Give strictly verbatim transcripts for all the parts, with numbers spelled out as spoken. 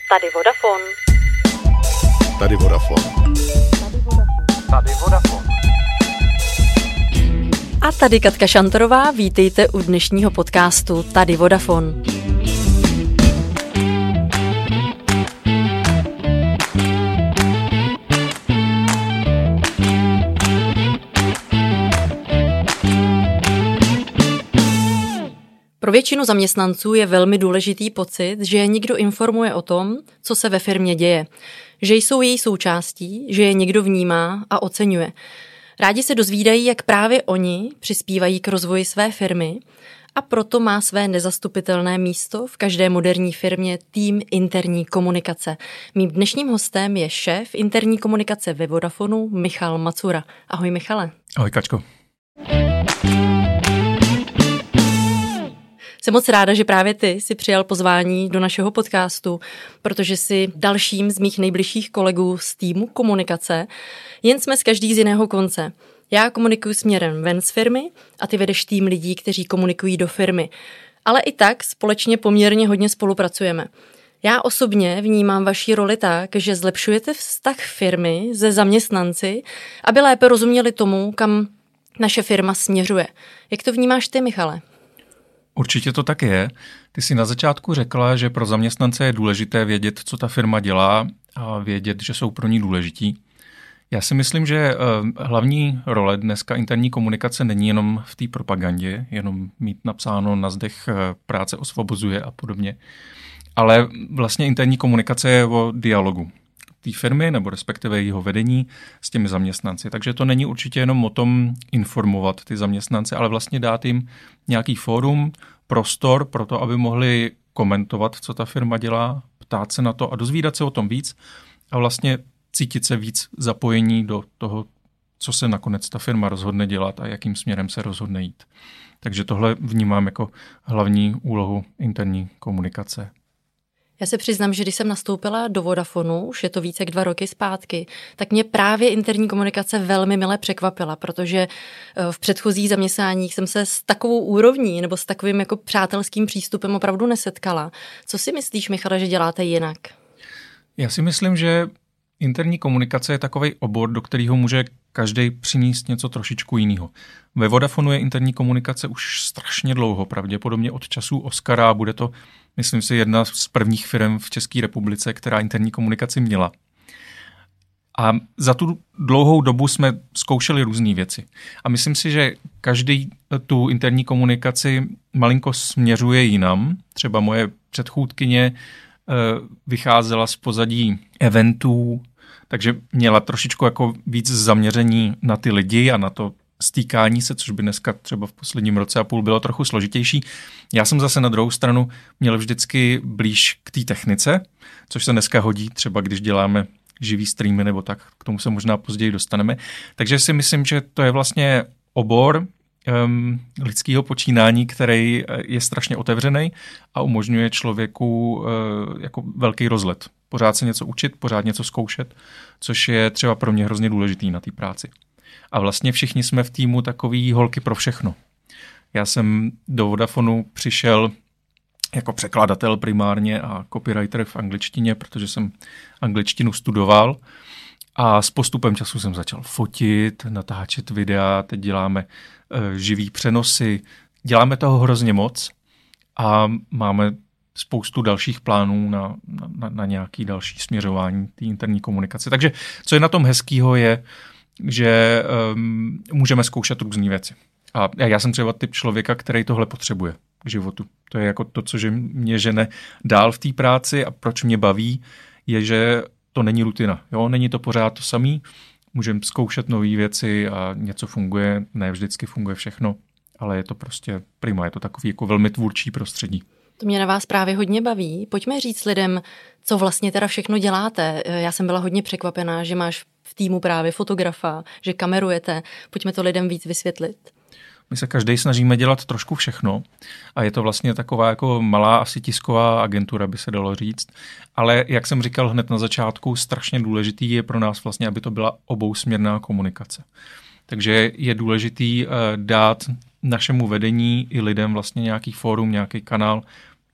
Tady Vodafone. Tady Vodafone. Tady Vodafone. A tady Katka Šantorová, vítejte u dnešního podcastu Tady Vodafone. Pro většinu zaměstnanců je velmi důležitý pocit, že je někdo informuje o tom, co se ve firmě děje, že jsou její součástí, že je někdo vnímá a oceňuje. Rádi se dozvídají, jak právě oni přispívají k rozvoji své firmy a proto má své nezastupitelné místo v každé moderní firmě tým interní komunikace. Mým dnešním hostem je šéf interní komunikace ve Vodafonu Michal Macura. Ahoj Michale. Ahoj Kačko. Jsem moc ráda, že právě ty si přijal pozvání do našeho podcastu, protože jsi dalším z mých nejbližších kolegů z týmu komunikace. Jen jsme z každý z jiného konce. Já komunikuji směrem ven z firmy a ty vedeš tým lidí, kteří komunikují do firmy. Ale i tak společně poměrně hodně spolupracujeme. Já osobně vnímám vaši roli tak, že zlepšujete vztah firmy se zaměstnanci, aby lépe rozuměli tomu, kam naše firma směřuje. Jak to vnímáš ty, Michale? Určitě to tak je. Ty jsi na začátku řekla, že pro zaměstnance je důležité vědět, co ta firma dělá a vědět, že jsou pro ní důležití. Já si myslím, že hlavní role dneska interní komunikace není jenom v té propagandě, jenom mít napsáno na zdech práce osvobozuje a podobně, ale vlastně interní komunikace je o dialogu té firmy nebo respektive jeho vedení s těmi zaměstnanci. Takže to není určitě jenom o tom informovat ty zaměstnance, ale vlastně dát jim nějaký fórum, prostor pro to, aby mohli komentovat, co ta firma dělá, ptát se na to a dozvídat se o tom víc a vlastně cítit se víc zapojení do toho, co se nakonec ta firma rozhodne dělat a jakým směrem se rozhodne jít. Takže tohle vnímám jako hlavní úlohu interní komunikace. Já se přiznám, že když jsem nastoupila do Vodafonu, už je to více jak dva roky zpátky, tak mě právě interní komunikace velmi mile překvapila, protože v předchozích zaměstnáních jsem se s takovou úrovní nebo s takovým jako přátelským přístupem opravdu nesetkala. Co si myslíš, Michale, že děláte jinak? Já si myslím, že interní komunikace je takovej obor, do kterého může každý přinést něco trošičku jiného. Ve Vodafonu je interní komunikace už strašně dlouho, pravděpodobně od časů Oscara, bude to, myslím si, jedna z prvních firm v České republice, která interní komunikaci měla. A za tu dlouhou dobu jsme zkoušeli různé věci. A myslím si, že každý tu interní komunikaci malinko směřuje jinam. Třeba moje předchůdkyně vycházela z pozadí eventů, takže měla trošičku jako víc zaměření na ty lidi a na to stýkání se, což by dneska třeba v posledním roce a půl bylo trochu složitější. Já jsem zase na druhou stranu měl vždycky blíž k té technice, což se dneska hodí, třeba když děláme živý streamy nebo tak, k tomu se možná později dostaneme. Takže si myslím, že to je vlastně obor um, lidského počínání, který je strašně otevřený a umožňuje člověku uh, jako velký rozlet. Pořád se něco učit, pořád něco zkoušet, což je třeba pro mě hrozně důležitý na té práci. A vlastně všichni jsme v týmu takový holky pro všechno. Já jsem do Vodafonu přišel jako překladatel primárně a copywriter v angličtině, protože jsem angličtinu studoval a s postupem času jsem začal fotit, natáčet videa, teď děláme uh, živý přenosy, děláme toho hrozně moc a máme spoustu dalších plánů na, na, na nějaké další směřování té interní komunikace. Takže co je na tom hezkýho je, že um, můžeme zkoušet různé věci. A já jsem třeba typ člověka, který tohle potřebuje k životu. To je jako to, co že mě žene dál v té práci a proč mě baví, je, že to není rutina. Jo? Není to pořád to samý. Můžeme zkoušet nové věci a něco funguje. Ne vždycky funguje všechno, ale je to prostě prima. Je to takový jako velmi tvůrčí prostředí. To mě na vás právě hodně baví. Pojďme říct lidem, co vlastně teda všechno děláte. Já jsem byla hodně překvapená, že máš v týmu právě fotografa, že kamerujete. Pojďme to lidem víc vysvětlit. My se každý snažíme dělat trošku všechno a je to vlastně taková jako malá asi tisková agentura, by se dalo říct. Ale jak jsem říkal hned na začátku, strašně důležitý je pro nás vlastně, aby to byla obousměrná komunikace. Takže je důležitý dát našemu vedení i lidem vlastně nějaký fórum, nějaký kanál,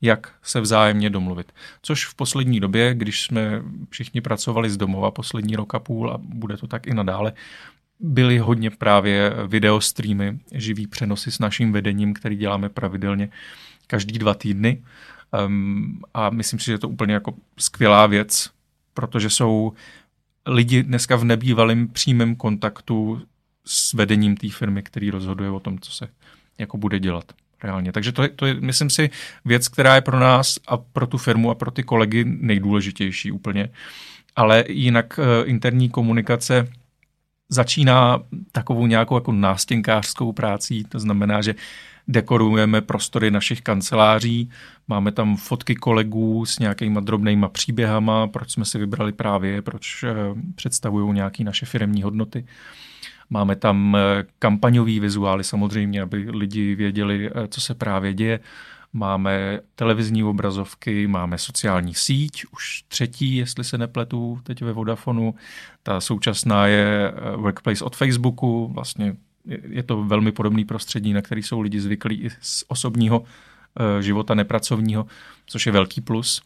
jak se vzájemně domluvit. Což v poslední době, když jsme všichni pracovali z domova poslední rok a půl a bude to tak i nadále, byly hodně právě videostreamy, živý přenosy s naším vedením, který děláme pravidelně každý dva týdny. Um, a myslím si, že je to úplně jako skvělá věc, protože jsou lidi dneska v nebývalém přímém kontaktu s vedením té firmy, který rozhoduje o tom, co se jako bude dělat reálně. Takže to je, to je, myslím si, věc, která je pro nás a pro tu firmu a pro ty kolegy nejdůležitější úplně. Ale jinak uh, interní komunikace začíná takovou nějakou jako nástěnkářskou prácí, to znamená, že dekorujeme prostory našich kanceláří, máme tam fotky kolegů s nějakýma drobnejma příběhama, proč jsme si vybrali právě, proč představují nějaké naše firemní hodnoty. Máme tam kampaňový vizuály samozřejmě, aby lidi věděli, co se právě děje. Máme televizní obrazovky, máme sociální síť, už třetí, jestli se nepletu, teď ve Vodafonu. Ta současná je Workplace od Facebooku, vlastně je to velmi podobný prostředí, na který jsou lidi zvyklí i z osobního života nepracovního, což je velký plus.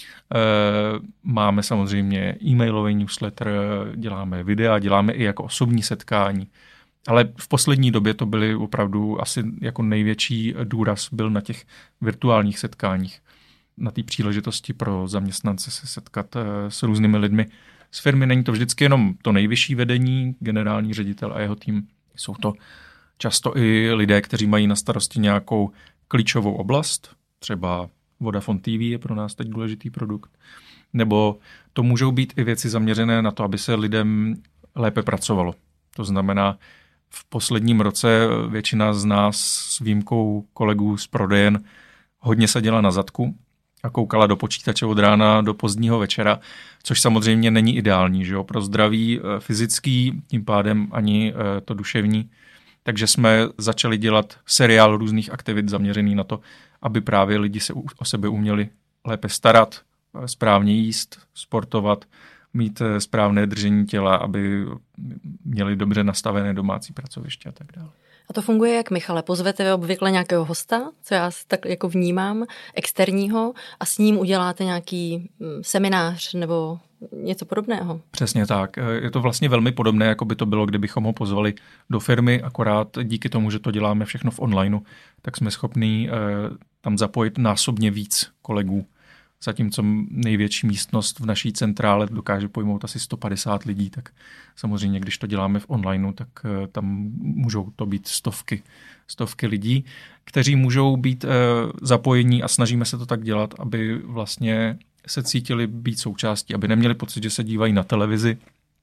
Máme samozřejmě e-mailový newsletter, děláme videa, děláme i jako osobní setkání. Ale v poslední době to byly opravdu asi jako největší důraz byl na těch virtuálních setkáních, na té příležitosti pro zaměstnance se setkat s různými lidmi z firmy. Není to vždycky jenom to nejvyšší vedení, generální ředitel a jeho tým. Jsou to často i lidé, kteří mají na starosti nějakou klíčovou oblast, třeba Vodafone T V je pro nás teď důležitý produkt, nebo to můžou být i věci zaměřené na to, aby se lidem lépe pracovalo. To znamená, v posledním roce většina z nás s výjimkou kolegů z prodejen hodně seděla na zadku a koukala do počítače od rána do pozdního večera, což samozřejmě není ideální, že jo? Pro zdraví fyzický, tím pádem ani to duševní. Takže jsme začali dělat seriál různých aktivit zaměřený na to, aby právě lidi se o sebe uměli lépe starat, správně jíst, sportovat, mít správné držení těla, aby měli dobře nastavené domácí pracoviště a tak dále. A to funguje jak, Michale? Pozvete vy obvykle nějakého hosta, co já tak jako vnímám, externího, a s ním uděláte nějaký seminář nebo něco podobného? Přesně tak. Je to vlastně velmi podobné, jako by to bylo, kdybychom ho pozvali do firmy, akorát díky tomu, že to děláme všechno v onlineu, tak jsme schopní tam zapojit násobně víc kolegů. Zatímco největší místnost v naší centrále dokáže pojmout asi sto padesát lidí, tak samozřejmě, když to děláme v onlineu, tak tam můžou to být stovky, stovky lidí, kteří můžou být zapojení a snažíme se to tak dělat, aby vlastně se cítili být součástí, aby neměli pocit, že se dívají na televizi,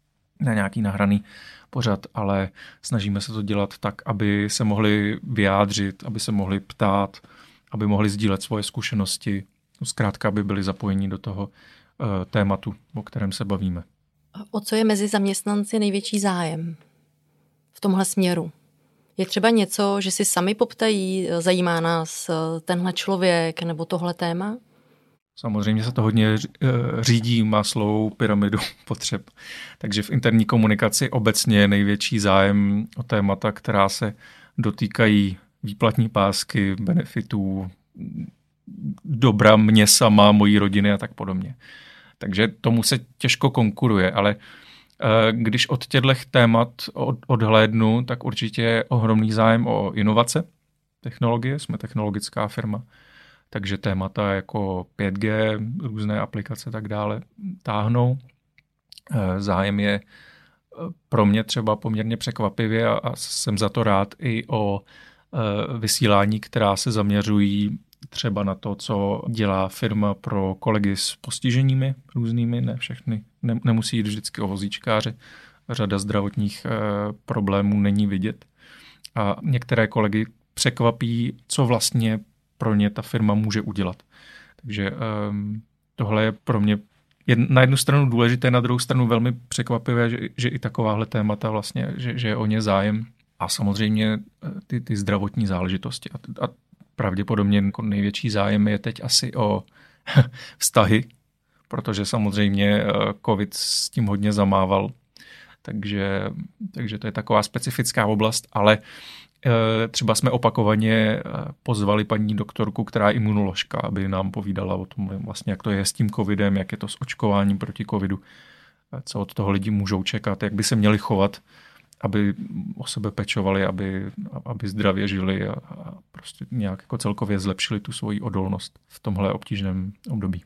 na nějaký nahraný pořad, ale snažíme se to dělat tak, aby se mohli vyjádřit, aby se mohli ptát, aby mohli sdílet svoje zkušenosti, zkrátka, aby byli zapojeni do toho uh, tématu, o kterém se bavíme. O co je mezi zaměstnanci největší zájem v tomhle směru? Je třeba něco, že si sami poptají, zajímá nás tenhle člověk nebo tohle téma? Samozřejmě se to hodně řídí Maslowovou pyramidu potřeb. Takže v interní komunikaci obecně je největší zájem o témata, která se dotýkají výplatní pásky, benefitů, dobra mě sama, mojí rodiny a tak podobně. Takže tomu se těžko konkuruje, ale když od těchto témat odhlédnu, tak určitě je ohromný zájem o inovace, technologie, jsme technologická firma, takže témata jako pět G, různé aplikace a tak dále táhnou. Zájem je pro mě třeba poměrně překvapivě a jsem za to rád i o vysílání, která se zaměřují třeba na to, co dělá firma pro kolegy s postiženími různými, ne všechny, ne, nemusí jít vždycky o vozíčkáře, řada zdravotních e, problémů není vidět. A některé kolegy překvapí, co vlastně pro ně ta firma může udělat. Takže e, tohle je pro mě jed, na jednu stranu důležité, na druhou stranu velmi překvapivé, že, že i takováhle témata vlastně, že, že je o ně zájem. A samozřejmě ty, ty zdravotní záležitosti. A, a pravděpodobně největší zájem je teď asi o vztahy, protože samozřejmě covid s tím hodně zamával, takže, takže to je taková specifická oblast, ale Třeba jsme opakovaně pozvali paní doktorku, která je imunoložka, aby nám povídala o tom, vlastně, jak to je s tím covidem, jak je to s očkováním proti covidu, co od toho lidi můžou čekat, jak by se měli chovat, aby o sebe pečovali, aby, aby zdravě žili a, a prostě nějak jako celkově zlepšili tu svoji odolnost v tomhle obtížném období.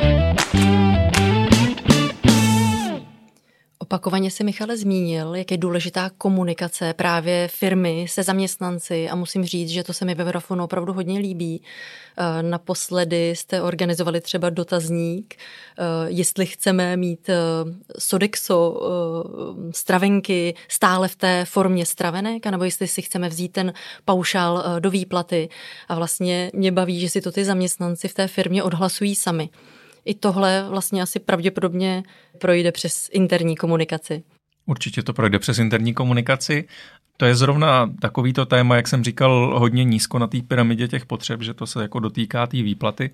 Opakovaně si Michale zmínil, jak je důležitá komunikace právě firmy se zaměstnanci a musím říct, že to se mi ve Vodafonu opravdu hodně líbí. Naposledy jste organizovali třeba dotazník, jestli chceme mít Sodexo stravenky stále v té formě stravenek, anebo jestli si chceme vzít ten paušál do výplaty. A vlastně mě baví, že si to ty zaměstnanci v té firmě odhlasují sami. I tohle vlastně asi pravděpodobně projde přes interní komunikaci. Určitě to projde přes interní komunikaci. To je zrovna takovýto téma, jak jsem říkal, hodně nízko na té pyramidě těch potřeb, že to se jako dotýká té výplaty.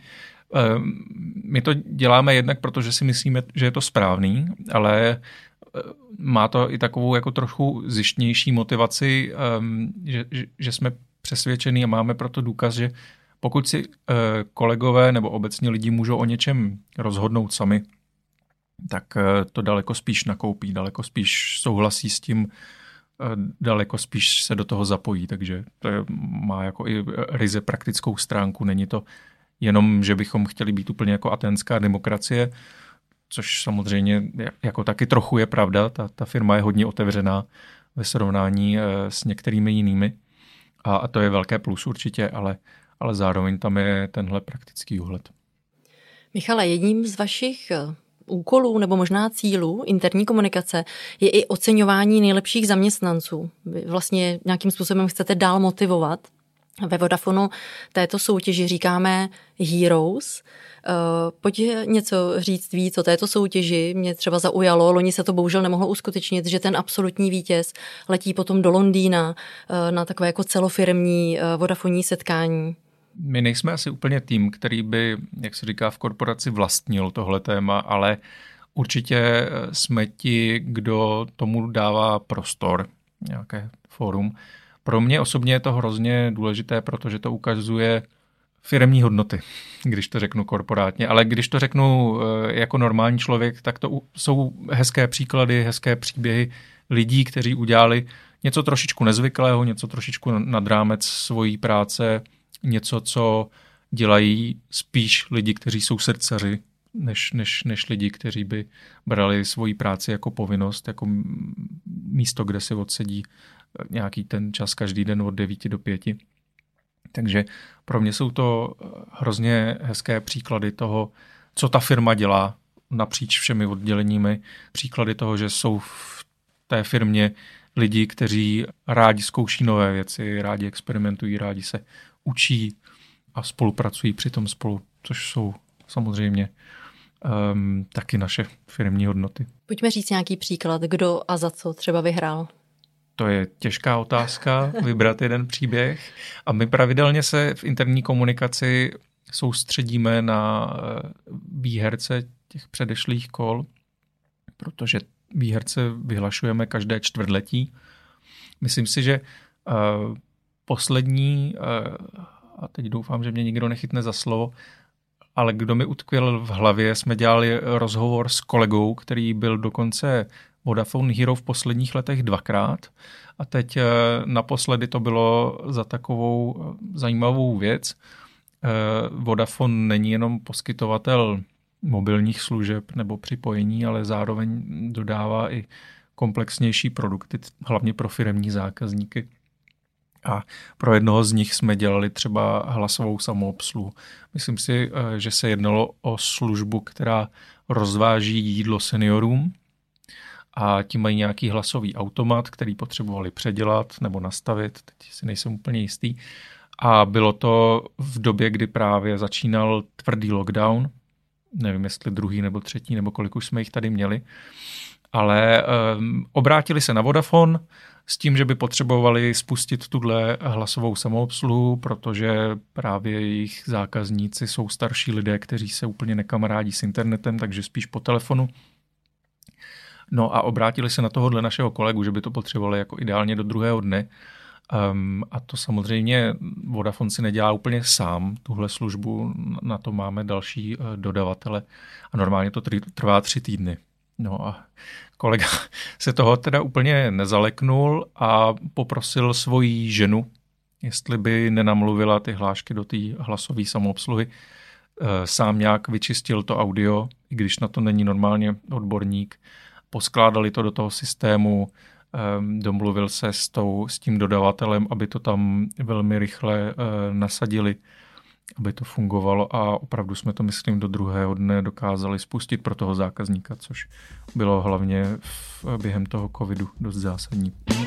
My to děláme jednak, protože si myslíme, že je to správný, ale má to i takovou jako trochu zjištnější motivaci, že, že jsme přesvědčení a máme proto důkaz, že pokud si kolegové nebo obecně lidi můžou o něčem rozhodnout sami, tak to daleko spíš nakoupí, daleko spíš souhlasí s tím, daleko spíš se do toho zapojí, takže to je, má jako i ryze praktickou stránku. Není to jenom, že bychom chtěli být úplně jako aténská demokracie, což samozřejmě jako taky trochu je pravda. Ta, ta firma je hodně otevřená ve srovnání s některými jinými a, a to je velké plus určitě, ale ale zároveň tam je tenhle praktický úhled. Michale, jedním z vašich úkolů nebo možná cílů interní komunikace je i oceňování nejlepších zaměstnanců. Vy vlastně nějakým způsobem chcete dál motivovat. Ve Vodafonu této soutěži říkáme Heroes. Pojď něco říct víc o této soutěži. Mě třeba zaujalo, loni se to bohužel nemohlo uskutečnit, že ten absolutní vítěz letí potom do Londýna na takové jako celofirmní vodafonní setkání. My nejsme asi úplně tým, který by, jak se říká v korporaci, vlastnil tohle téma, ale určitě jsme ti, kdo tomu dává prostor, nějaké fórum. Pro mě osobně je to hrozně důležité, protože to ukazuje firemní hodnoty, když to řeknu korporátně, ale když to řeknu jako normální člověk, tak to jsou hezké příklady, hezké příběhy lidí, kteří udělali něco trošičku nezvyklého, něco trošičku nad rámec svojí práce, něco, co dělají spíš lidi, kteří jsou srdcaři, než, než, než lidi, kteří by brali svoji práci jako povinnost, jako místo, kde si odsedí nějaký ten čas každý den od devíti do pěti. Takže pro mě jsou to hrozně hezké příklady toho, co ta firma dělá napříč všemi odděleními. Příklady toho, že jsou v té firmě lidi, kteří rádi zkouší nové věci, rádi experimentují, rádi se učí a spolupracují přitom spolu, což jsou samozřejmě um, taky naše firemní hodnoty. Pojďme říct nějaký příklad, kdo a za co třeba vyhrál. To je těžká otázka, vybrat jeden příběh. A my pravidelně se v interní komunikaci soustředíme na výherce těch předešlých kol, protože výherce vyhlašujeme každé čtvrtletí. Myslím si, že uh, poslední, uh, a teď doufám, že mě nikdo nechytne za slovo, ale kdo mi utkvěl v hlavě, jsme dělali rozhovor s kolegou, který byl dokonce Vodafone Hero v posledních letech dvakrát a teď naposledy to bylo za takovou zajímavou věc. Vodafone není jenom poskytovatel mobilních služeb nebo připojení, ale zároveň dodává i komplexnější produkty, hlavně pro firemní zákazníky. A pro jednoho z nich jsme dělali třeba hlasovou samoobsluhu. Myslím si, že se jednalo o službu, která rozváží jídlo seniorům a ti mají nějaký hlasový automat, který potřebovali předělat nebo nastavit, teď si nejsem úplně jistý. A bylo to v době, kdy právě začínal tvrdý lockdown, nevím, jestli druhý nebo třetí, nebo kolik už jsme jich tady měli, ale um, obrátili se na Vodafone s tím, že by potřebovali spustit tuhle hlasovou samoobsluhu, protože právě jejich zákazníci jsou starší lidé, kteří se úplně nekamarádí s internetem, takže spíš po telefonu. No a obrátili se na tohohle našeho kolegu, že by to potřebovali jako ideálně do druhého dne Um, a to samozřejmě Vodafone si nedělá úplně sám tuhle službu, na to máme další uh, dodavatele a normálně to trvá tři týdny. No a kolega se toho teda úplně nezaleknul a poprosil svoji ženu, jestli by nenamluvila ty hlášky do té hlasové samoobsluhy. Sám nějak vyčistil to audio, i když na to není normálně odborník. Poskládali to do toho systému, domluvil se s, tou, s tím dodavatelem, aby to tam velmi rychle nasadili, aby to fungovalo a opravdu jsme to, myslím, do druhého dne dokázali spustit pro toho zákazníka, což bylo hlavně v, během toho covidu dost zásadní.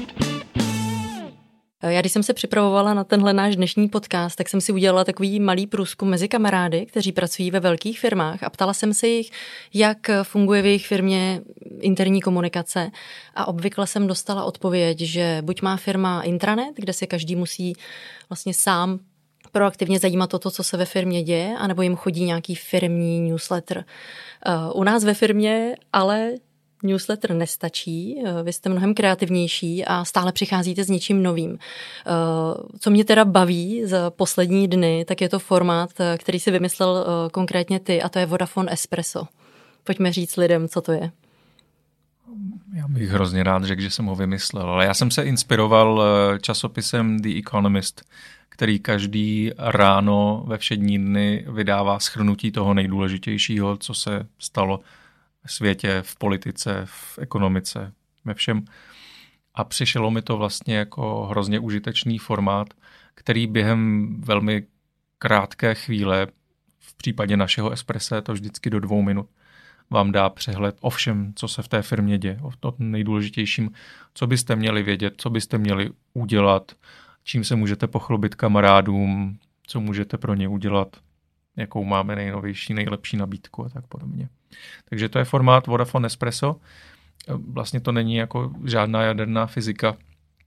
Já když jsem se připravovala na tenhle náš dnešní podcast, tak jsem si udělala takový malý průzkum mezi kamarády, kteří pracují ve velkých firmách a ptala jsem se jich, jak funguje v jejich firmě interní komunikace a obvykle jsem dostala odpověď, že buď má firma intranet, kde se každý musí vlastně sám proaktivně zajímat o to, co se ve firmě děje, anebo jim chodí nějaký firmní newsletter. U nás ve firmě ale newsletter nestačí, vy jste mnohem kreativnější a stále přicházíte s něčím novým. Co mě teda baví za poslední dny, tak je to formát, který si vymyslel konkrétně ty, a to je Vodafone Espresso. Pojďme říct lidem, co to je. Já bych hrozně rád řekl, že jsem ho vymyslel, ale já jsem se inspiroval časopisem The Economist, který každý ráno ve všední dny vydává shrnutí toho nejdůležitějšího, co se stalo v světě, v politice, v ekonomice, ve všem. A přišlo mi to vlastně jako hrozně užitečný formát, který během velmi krátké chvíle, v případě našeho espressa je to vždycky do dvou minut, vám dá přehled o všem, co se v té firmě děje, o tom nejdůležitějším, co byste měli vědět, co byste měli udělat, čím se můžete pochlubit kamarádům, co můžete pro ně udělat, jakou máme nejnovější, nejlepší nabídku a tak podobně. Takže to je formát Vodafone Espresso. Vlastně to není jako žádná jaderná fyzika.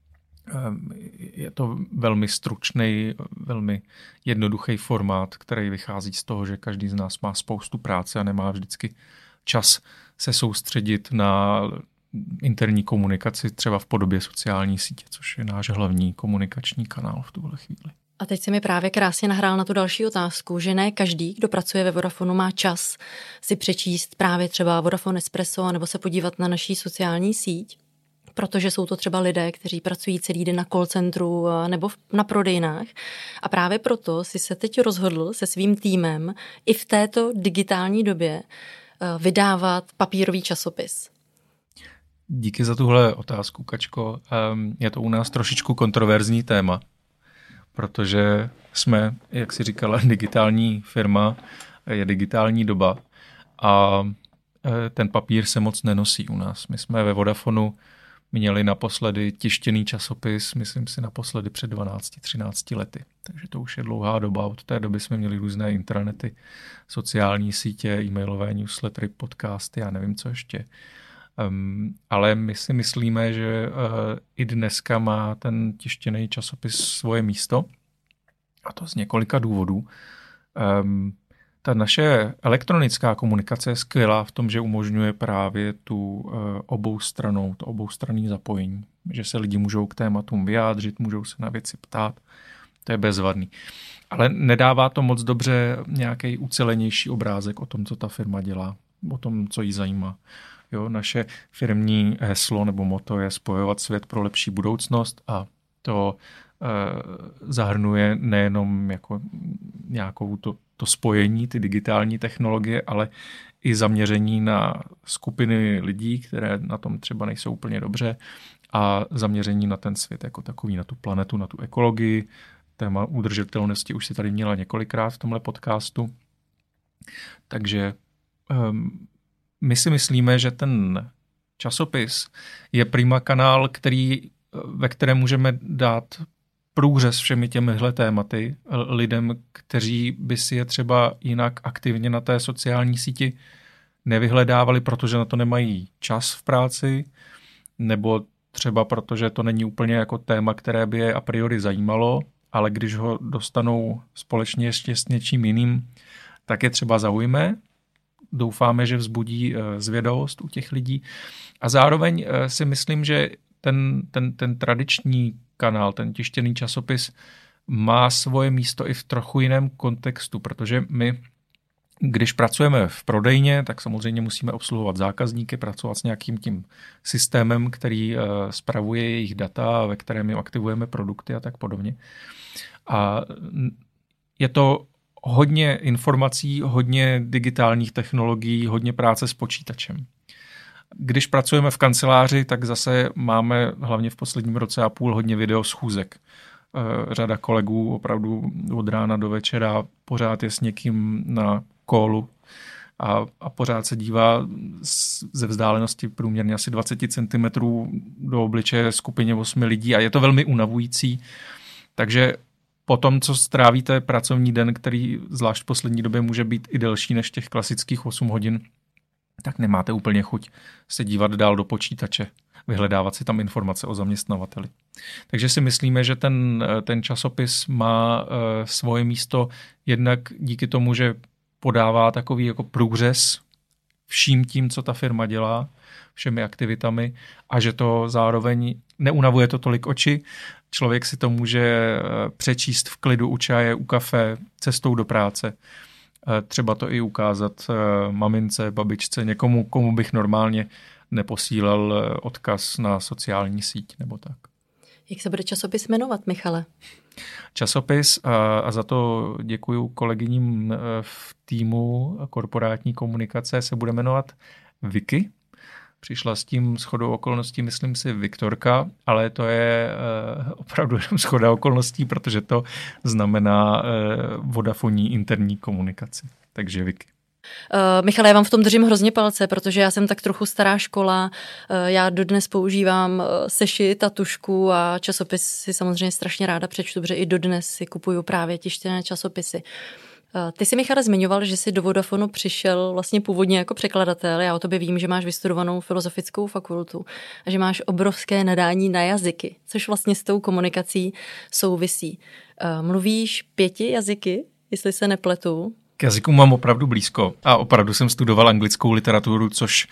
Je to velmi stručný, velmi jednoduchý formát, který vychází z toho, že každý z nás má spoustu práce a nemá vždycky čas se soustředit na interní komunikaci, třeba v podobě sociální sítě, což je náš hlavní komunikační kanál v tuhle chvíli. A teď se mi právě krásně nahrál na tu další otázku, že ne každý, kdo pracuje ve Vodafonu, má čas si přečíst právě třeba Vodafone Espresso nebo se podívat na naší sociální síť, protože jsou to třeba lidé, kteří pracují celý den na call centru nebo na prodejnách. A právě proto si se teď rozhodl se svým týmem i v této digitální době vydávat papírový časopis. Díky za tuhle otázku, Kačko. Je to u nás trošičku kontroverzní téma, protože jsme, jak si říkala, digitální firma, je digitální doba a ten papír se moc nenosí u nás. My jsme ve Vodafonu měli naposledy tištěný časopis, myslím si naposledy před dvanácti třinácti lety. Takže to už je dlouhá doba. Od té doby jsme měli různé intranety, sociální sítě, e-mailové newslettery, podcasty, já nevím, co ještě. Um, ale my si myslíme, že uh, i dneska má ten tištěný časopis svoje místo, a to z několika důvodů. Um, ta naše elektronická komunikace je skvělá v tom, že umožňuje právě tu uh, oboustranou, to oboustranné zapojení, že se lidi můžou k tématům vyjádřit, můžou se na věci ptát, to je bezvadný. Ale nedává to moc dobře nějaký ucelenější obrázek o tom, co ta firma dělá, o tom, co jí zajímá. Jo, naše firmní heslo nebo motto je spojovat svět pro lepší budoucnost a to e, zahrnuje nejenom jako nějakou to, to spojení, ty digitální technologie, ale i zaměření na skupiny lidí, které na tom třeba nejsou úplně dobře a zaměření na ten svět jako takový, na tu planetu, na tu ekologii. Téma udržitelnosti už si tady měla několikrát v tomhle podcastu. Takže um, my si myslíme, že ten časopis je prima kanál, který, ve kterém můžeme dát průřez všemi těmihle tématy lidem, kteří by si je třeba jinak aktivně na té sociální síti nevyhledávali, protože na to nemají čas v práci, nebo třeba protože to není úplně jako téma, které by je a priori zajímalo, ale když ho dostanou společně ještě s něčím jiným, tak je třeba zaujme. Doufáme, že vzbudí zvědavost u těch lidí. A zároveň si myslím, že ten, ten, ten tradiční kanál, ten tištěný časopis má svoje místo i v trochu jiném kontextu, protože my, když pracujeme v prodejně, tak samozřejmě musíme obsluhovat zákazníky, pracovat s nějakým tím systémem, který uh, spravuje jejich data, ve kterém jim aktivujeme produkty a tak podobně. A je to hodně informací, hodně digitálních technologií, hodně práce s počítačem. Když pracujeme v kanceláři, tak zase máme hlavně v posledním roce a půl hodně video schůzek. Řada kolegů opravdu od rána do večera pořád je s někým na callu a, a pořád se dívá ze vzdálenosti průměrně asi dvacet centimetrů do obličeje skupině osmi lidí a je to velmi unavující. Takže po tom, co strávíte pracovní den, který zvlášť v poslední době může být i delší než těch klasických osm hodin, tak nemáte úplně chuť se dívat dál do počítače, vyhledávat si tam informace o zaměstnavateli. Takže si myslíme, že ten, ten časopis má uh, svoje místo jednak díky tomu, že podává takový jako průřez vším tím, co ta firma dělá, všemi aktivitami a že to zároveň neunavuje to tolik oči. Člověk si to může přečíst v klidu u čaje, u kafe, cestou do práce. Třeba to i ukázat mamince, babičce, někomu, komu bych normálně neposílal odkaz na sociální síť nebo tak. Jak se bude časopis jmenovat, Michale? Časopis, a, a za to děkuju kolegyním v týmu korporátní komunikace, se bude jmenovat Wiki. Přišla s tím shodou okolností, myslím si, Viktorka, ale to je uh, opravdu jenom shoda okolností, protože to znamená uh, vodafonní interní komunikaci. Takže Wiki. Uh, Michale, já vám v tom držím hrozně palce, protože já jsem tak trochu stará škola, uh, já dodnes používám uh, sešit a tušku a časopis si samozřejmě strašně ráda přečtu, protože i dodnes si kupuju právě tištěné časopisy. Uh, ty jsi, Michale, zmiňoval, že jsi do Vodafonu přišel vlastně původně jako překladatel. Já o tobě vím, že máš vystudovanou filozofickou fakultu a že máš obrovské nadání na jazyky, což vlastně s tou komunikací souvisí. Uh, mluvíš pěti jazyky, jestli se nepletu? K jazyku mám opravdu blízko a opravdu jsem studoval anglickou literaturu, což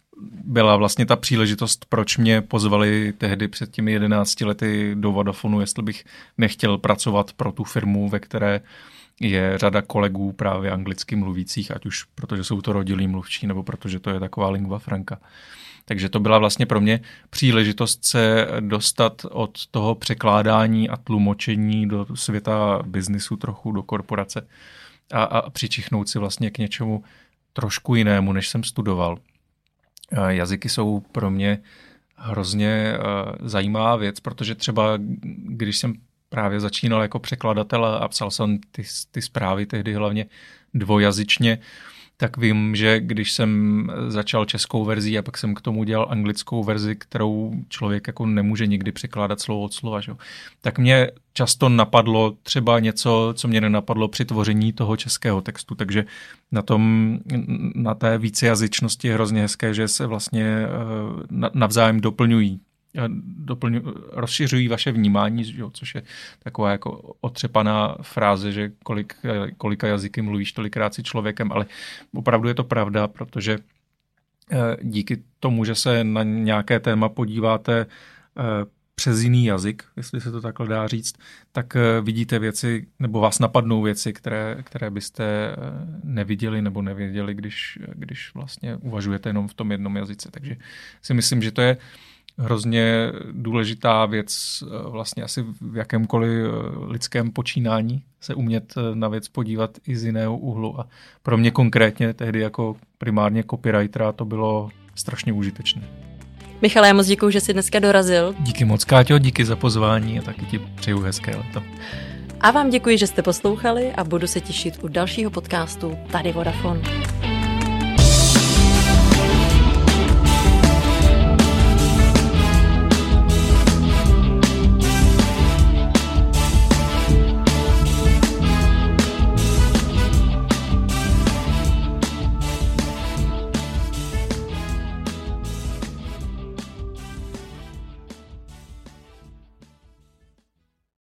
byla vlastně ta příležitost, proč mě pozvali tehdy před těmi jedenácti lety do Vodafonu, jestli bych nechtěl pracovat pro tu firmu, ve které je řada kolegů právě anglicky mluvících, ať už protože jsou to rodilí mluvčí, nebo protože to je taková lingua franca. Takže to byla vlastně pro mě příležitost se dostat od toho překládání a tlumočení do světa biznisu, trochu do korporace a, a přičichnout si vlastně k něčemu trošku jinému, než jsem studoval. Jazyky jsou pro mě hrozně zajímavá věc, protože třeba když jsem právě začínal jako překladatel a psal jsem ty, ty zprávy tehdy hlavně dvojazyčně, tak vím, že když jsem začal českou verzi a pak jsem k tomu dělal anglickou verzi, kterou člověk jako nemůže nikdy překládat slovo od slova, že? Tak mě často napadlo třeba něco, co mě nenapadlo při tvoření toho českého textu, takže na tom, na té vícejazyčnosti je hrozně hezké, že se vlastně navzájem doplňují. Doplňu, rozšiřují vaše vnímání, jo, což je taková jako otřepaná fráze, že kolik, kolika jazyky mluvíš, tolikrát si člověkem, ale opravdu je to pravda, protože díky tomu, že se na nějaké téma podíváte přes jiný jazyk, jestli se to takhle dá říct, tak vidíte věci, nebo vás napadnou věci, které, které byste neviděli nebo nevěděli, když, když vlastně uvažujete jenom v tom jednom jazyce. Takže si myslím, že to je hrozně důležitá věc vlastně asi v jakémkoliv lidském počínání se umět na věc podívat i z jiného úhlu. A pro mě konkrétně tehdy jako primárně copywritera to bylo strašně užitečné. Michale, já moc děkuju, že jsi dneska dorazil. Díky moc, Káťo, díky za pozvání a taky ti přeju hezké léto. A vám děkuji, že jste poslouchali a budu se těšit u dalšího podcastu Tady Vodafone.